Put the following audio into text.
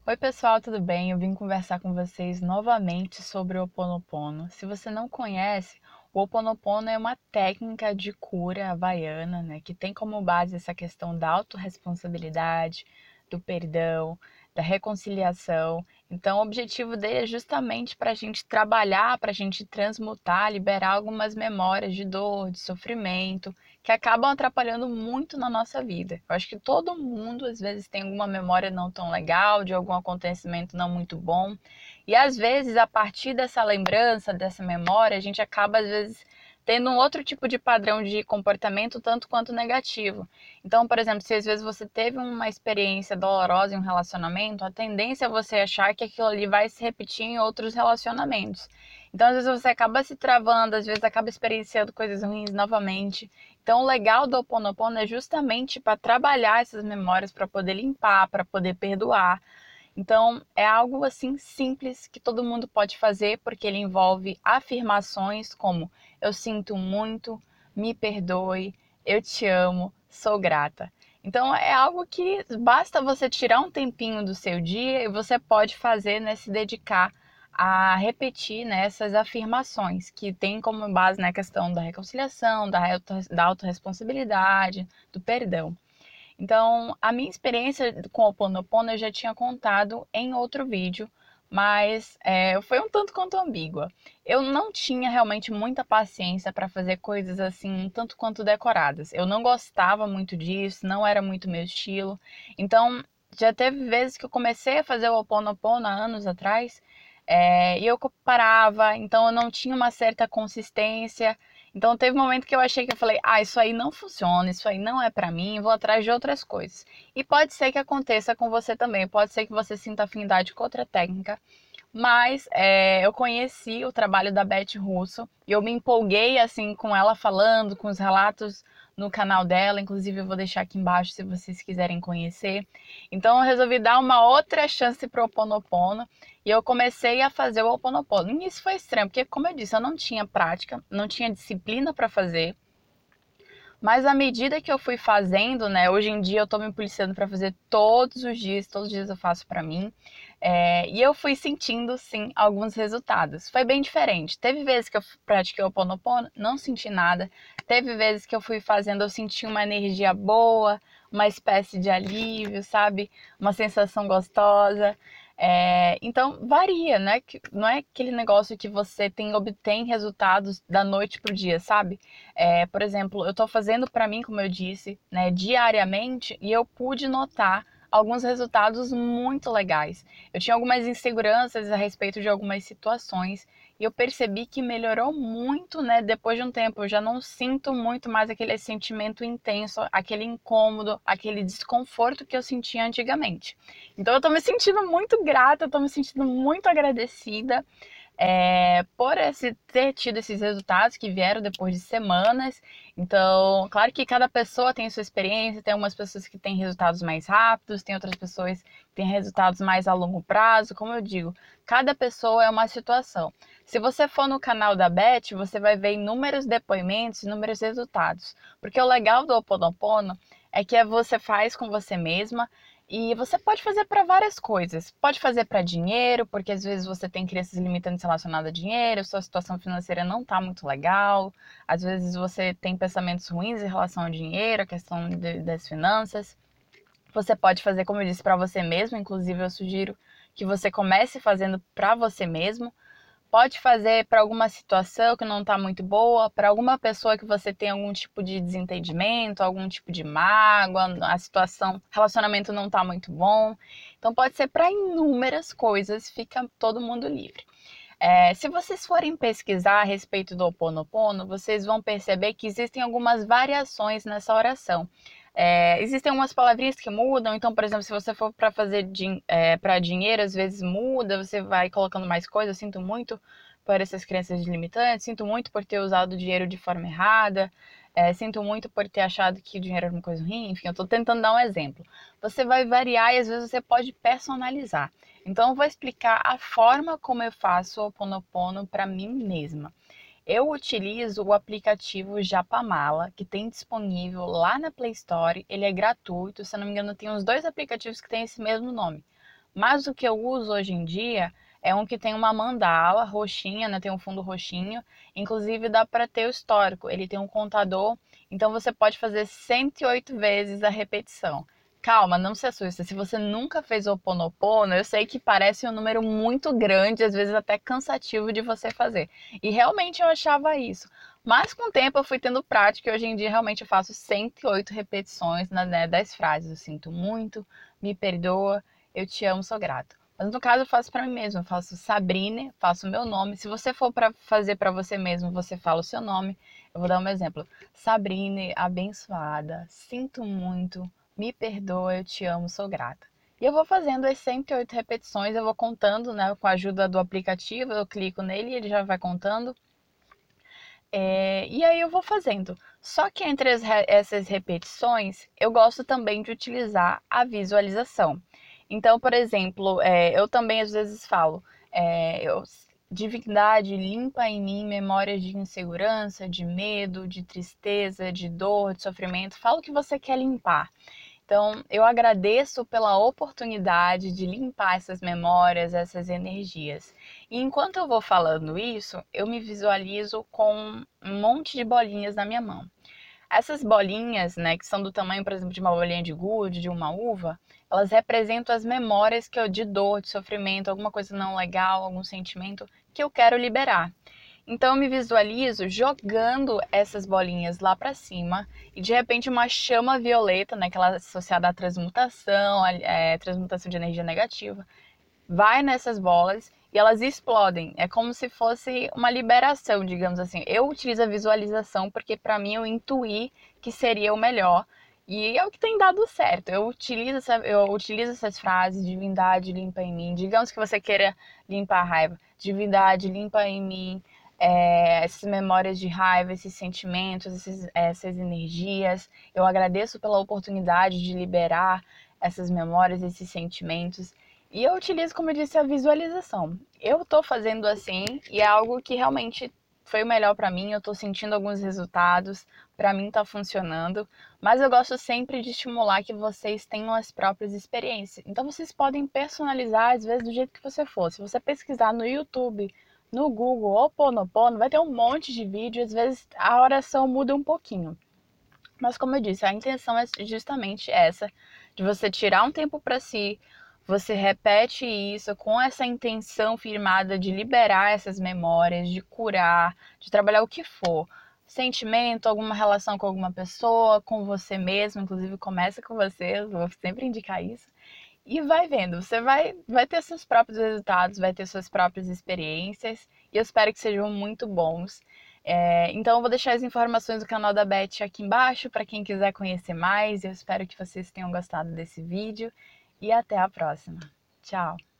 Oi pessoal, tudo bem? Eu vim conversar com vocês novamente sobre o Ho Oponopono. Se você não conhece, o Ho Oponopono é uma técnica de cura havaiana, né, que tem como base essa questão da autorresponsabilidade, do perdão, da reconciliação. Então, o objetivo dele é justamente para a gente trabalhar, para a gente transmutar, liberar algumas memórias de dor, de sofrimento, que acabam atrapalhando muito na nossa vida. Eu acho que todo mundo, às vezes, tem alguma memória não tão legal, de algum acontecimento não muito bom. E, às vezes, a partir dessa lembrança, dessa memória, a gente acaba, às vezes, tendo um outro tipo de padrão de comportamento, tanto quanto negativo. Então, por exemplo, se às vezes você teve uma experiência dolorosa em um relacionamento, a tendência é você achar que aquilo ali vai se repetir em outros relacionamentos. Então, às vezes você acaba se travando, às vezes acaba experienciando coisas ruins novamente. Então, o legal do Ho Oponopono é justamente para trabalhar essas memórias, para poder limpar, para poder perdoar. Então, é algo assim simples que todo mundo pode fazer, porque ele envolve afirmações como eu sinto muito, me perdoe, eu te amo, sou grata. Então, é algo que basta você tirar um tempinho do seu dia e você pode fazer, né, se dedicar a repetir, né, essas afirmações que tem como base, né, a questão da reconciliação, da autorresponsabilidade, do perdão. Então, a minha experiência com o Ho Oponopono eu já tinha contado em outro vídeo, mas foi um tanto quanto ambígua. Eu não tinha realmente muita paciência para fazer coisas assim, um tanto quanto decoradas. Eu não gostava muito disso, não era muito meu estilo. Então, já teve vezes que eu comecei a fazer o Ho Oponopono há anos atrás, e eu parava, então eu não tinha uma certa consistência. Então teve um momento que eu achei que eu falei, isso aí não funciona, isso aí não é pra mim, vou atrás de outras coisas. E pode ser que aconteça com você também, pode ser que você sinta afinidade com outra técnica, mas eu conheci o trabalho da Beth Russo e eu me empolguei assim com ela falando, com os relatos no canal dela, inclusive eu vou deixar aqui embaixo se vocês quiserem conhecer. Então eu resolvi dar uma outra chance pro Ho Oponopono e eu comecei a fazer o Ho Oponopono. No início foi estranho, porque como eu disse, eu não tinha prática, não tinha disciplina para fazer. Mas à medida que eu fui fazendo, né, hoje em dia eu tô me policiando para fazer todos os dias eu faço para mim, e eu fui sentindo, sim, alguns resultados. Foi bem diferente. Teve vezes que eu pratiquei o Ho Oponopono, não senti nada. Teve vezes que eu fui fazendo, eu senti uma energia boa, uma espécie de alívio, sabe? Uma sensação gostosa. Então varia, né? Não é aquele negócio que você obtém resultados da noite pro dia, sabe? Por exemplo, eu estou fazendo para mim, como eu disse, né, diariamente, e eu pude notar alguns resultados muito legais. Eu tinha algumas inseguranças a respeito de algumas situações e eu percebi que melhorou muito, né, depois de um tempo. Eu já não sinto muito mais aquele sentimento intenso, aquele incômodo, aquele desconforto que eu sentia antigamente. Então eu tô me sentindo muito grata, eu tô me sentindo muito agradecida por ter tido esses resultados que vieram depois de semanas. Então, claro que cada pessoa tem sua experiência, tem algumas pessoas que têm resultados mais rápidos, tem outras pessoas que têm resultados mais a longo prazo. Como eu digo, cada pessoa é uma situação. Se você for no canal da Beth, você vai ver inúmeros depoimentos, inúmeros resultados. Porque o legal do Ho Oponopono é que você faz com você mesma, e você pode fazer para várias coisas. Pode fazer para dinheiro, porque às vezes você tem crenças limitantes relacionadas a dinheiro, sua situação financeira não está muito legal, às vezes você tem pensamentos ruins em relação ao dinheiro, a questão das finanças. Você pode fazer, como eu disse, para você mesmo, inclusive eu sugiro que você comece fazendo para você mesmo. Pode fazer para alguma situação que não está muito boa, para alguma pessoa que você tem algum tipo de desentendimento, algum tipo de mágoa, a situação, relacionamento não está muito bom. Então pode ser para inúmeras coisas, fica todo mundo livre. Se vocês forem pesquisar a respeito do Ho Oponopono, vocês vão perceber que existem algumas variações nessa oração. Existem algumas palavrinhas que mudam, então, por exemplo, se você for para fazer para dinheiro, às vezes muda, você vai colocando mais coisas. Sinto muito por essas crenças limitantes, sinto muito por ter usado o dinheiro de forma errada, sinto muito por ter achado que o dinheiro era uma coisa ruim, enfim, eu estou tentando dar um exemplo. Você vai variar e às vezes você pode personalizar. Então, eu vou explicar a forma como eu faço o Ho Oponopono para mim mesma. Eu utilizo o aplicativo Japamala, que tem disponível lá na Play Store. Ele é gratuito, se eu não me engano, tem uns dois aplicativos que têm esse mesmo nome. Mas o que eu uso hoje em dia é um que tem uma mandala roxinha, né? Tem um fundo roxinho. Inclusive dá para ter o histórico. Ele tem um contador, então você pode fazer 108 vezes a repetição. Calma, não se assusta. Se você nunca fez o Ho Oponopono, eu sei que parece um número muito grande, às vezes até cansativo de você fazer. E realmente eu achava isso. Mas com o tempo eu fui tendo prática e hoje em dia realmente eu faço 108 repetições, né, das frases. Eu sinto muito, me perdoa, eu te amo, sou grato. Mas no caso eu faço para mim mesmo, eu faço Sabrine, faço o meu nome. Se você for para fazer para você mesmo, você fala o seu nome. Eu vou dar um exemplo. Sabrine, abençoada, sinto muito, me perdoa, eu te amo, sou grata. E eu vou fazendo as 108 repetições, eu vou contando, né, com a ajuda do aplicativo, eu clico nele e ele já vai contando. E aí eu vou fazendo. Só que entre essas repetições, eu gosto também de utilizar a visualização. Então, por exemplo, eu também às vezes falo, divindade limpa em mim memórias de insegurança, de medo, de tristeza, de dor, de sofrimento. Fala o que você quer limpar. Então, eu agradeço pela oportunidade de limpar essas memórias, essas energias. E enquanto eu vou falando isso, eu me visualizo com um monte de bolinhas na minha mão. Essas bolinhas, né, que são do tamanho, por exemplo, de uma bolinha de gude, de uma uva, elas representam as memórias que eu de dor, de sofrimento, alguma coisa não legal, algum sentimento que eu quero liberar. Então eu me visualizo jogando essas bolinhas lá para cima e de repente uma chama violeta, né, que ela é associada à transmutação, transmutação de energia negativa, vai nessas bolas e elas explodem. É como se fosse uma liberação, digamos assim. Eu utilizo a visualização porque para mim eu intuí que seria o melhor. E é o que tem dado certo. Eu utilizo essas frases, divindade limpa em mim. Digamos que você queira limpar a raiva. Divindade limpa em mim essas memórias de raiva, esses sentimentos, essas energias. Eu agradeço pela oportunidade de liberar essas memórias, esses sentimentos. E eu utilizo, como eu disse, a visualização. Eu tô fazendo assim e é algo que realmente foi o melhor para mim. Eu tô sentindo alguns resultados, para mim tá funcionando, mas eu gosto sempre de estimular que vocês tenham as próprias experiências. Então vocês podem personalizar às vezes do jeito que você for. Se você pesquisar no YouTube, no Google, Ho Oponopono, vai ter um monte de vídeo, às vezes a oração muda um pouquinho. Mas como eu disse, a intenção é justamente essa, de você tirar um tempo para si, você repete isso com essa intenção firmada de liberar essas memórias, de curar, de trabalhar o que for. Sentimento, alguma relação com alguma pessoa, com você mesmo, inclusive começa com você, eu vou sempre indicar isso. E vai vendo, você vai ter seus próprios resultados, vai ter suas próprias experiências, e eu espero que sejam muito bons. Então eu vou deixar as informações do canal da Beth aqui embaixo para quem quiser conhecer mais. Eu espero que vocês tenham gostado desse vídeo e até a próxima. Tchau!